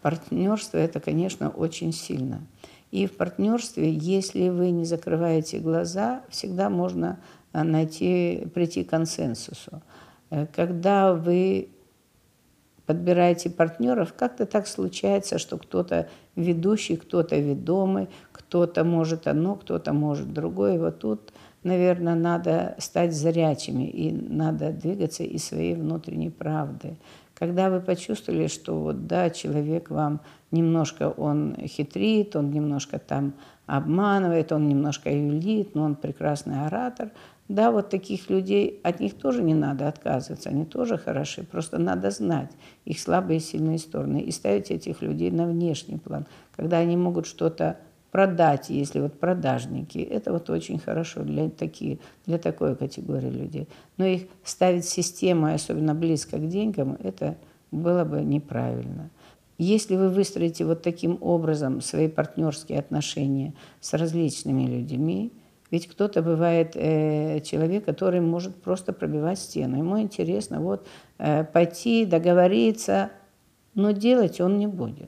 Партнерство – это, конечно, очень сильно. И в партнерстве, если вы не закрываете глаза, всегда можно прийти к консенсусу. Когда вы подбираете партнеров, как-то так случается, что кто-то ведущий, кто-то ведомый, кто-то может одно, кто-то может другое. Вот тут, наверное, надо стать зрячими, и надо двигаться из своей внутренней правды. Когда вы почувствовали, что вот, да, человек вам немножко, он хитрит, он немножко там обманывает, он немножко юлит, но он прекрасный оратор, да, вот таких людей, от них тоже не надо отказываться, они тоже хороши, просто надо знать их слабые и сильные стороны и ставить этих людей на внешний план, когда они могут что-то продать, если вот продажники, это вот очень хорошо для такой категории людей. Но их ставить системой, особенно близко к деньгам, это было бы неправильно. Если вы выстроите вот таким образом свои партнерские отношения с различными людьми, ведь кто-то бывает человек, который может просто пробивать стену. Ему интересно вот пойти, договориться, но делать он не будет.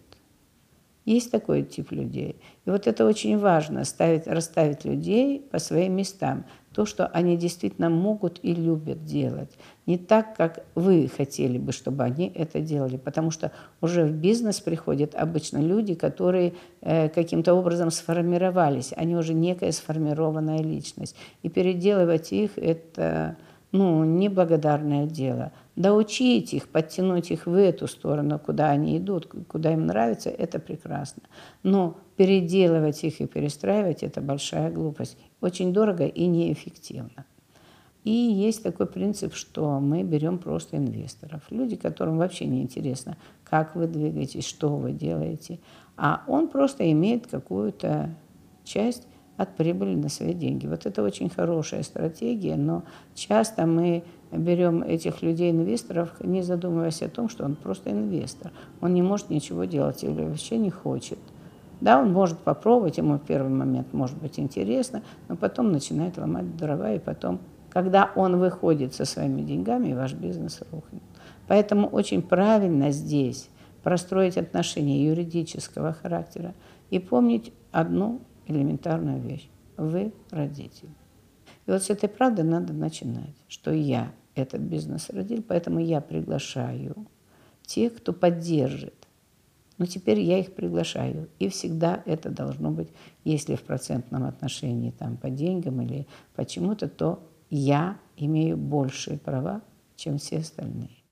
Есть такой тип людей. И вот это очень важно, расставить людей по своим местам. То, что они действительно могут и любят делать. Не так, как вы хотели бы, чтобы они это делали. Потому что уже в бизнес приходят обычно люди, которые каким-то образом сформировались. Они уже некая сформированная личность. И переделывать их – это неблагодарное дело. Доучить их, подтянуть их в эту сторону, куда они идут, куда им нравится, это прекрасно. Но переделывать их и перестраивать – это большая глупость. Очень дорого и неэффективно. И есть такой принцип, что мы берем просто инвесторов. Люди, которым вообще не интересно, как вы двигаетесь, что вы делаете. А он просто имеет какую-то часть от прибыли на свои деньги. Вот это очень хорошая стратегия, но часто мы берем этих людей-инвесторов, не задумываясь о том, что он просто инвестор. Он не может ничего делать или вообще не хочет. Да, он может попробовать, ему в первый момент может быть интересно, но потом начинает ломать дрова, и потом, когда он выходит со своими деньгами, ваш бизнес рухнет. Поэтому очень правильно здесь простроить отношения юридического характера и помнить одну элементарную вещь. Вы родитель. И вот с этой правды надо начинать, что я этот бизнес родил, поэтому я приглашаю тех, кто поддержит. Но теперь я их приглашаю. И всегда это должно быть, если в процентном отношении там, по деньгам или почему-то, то я имею большие права, чем все остальные.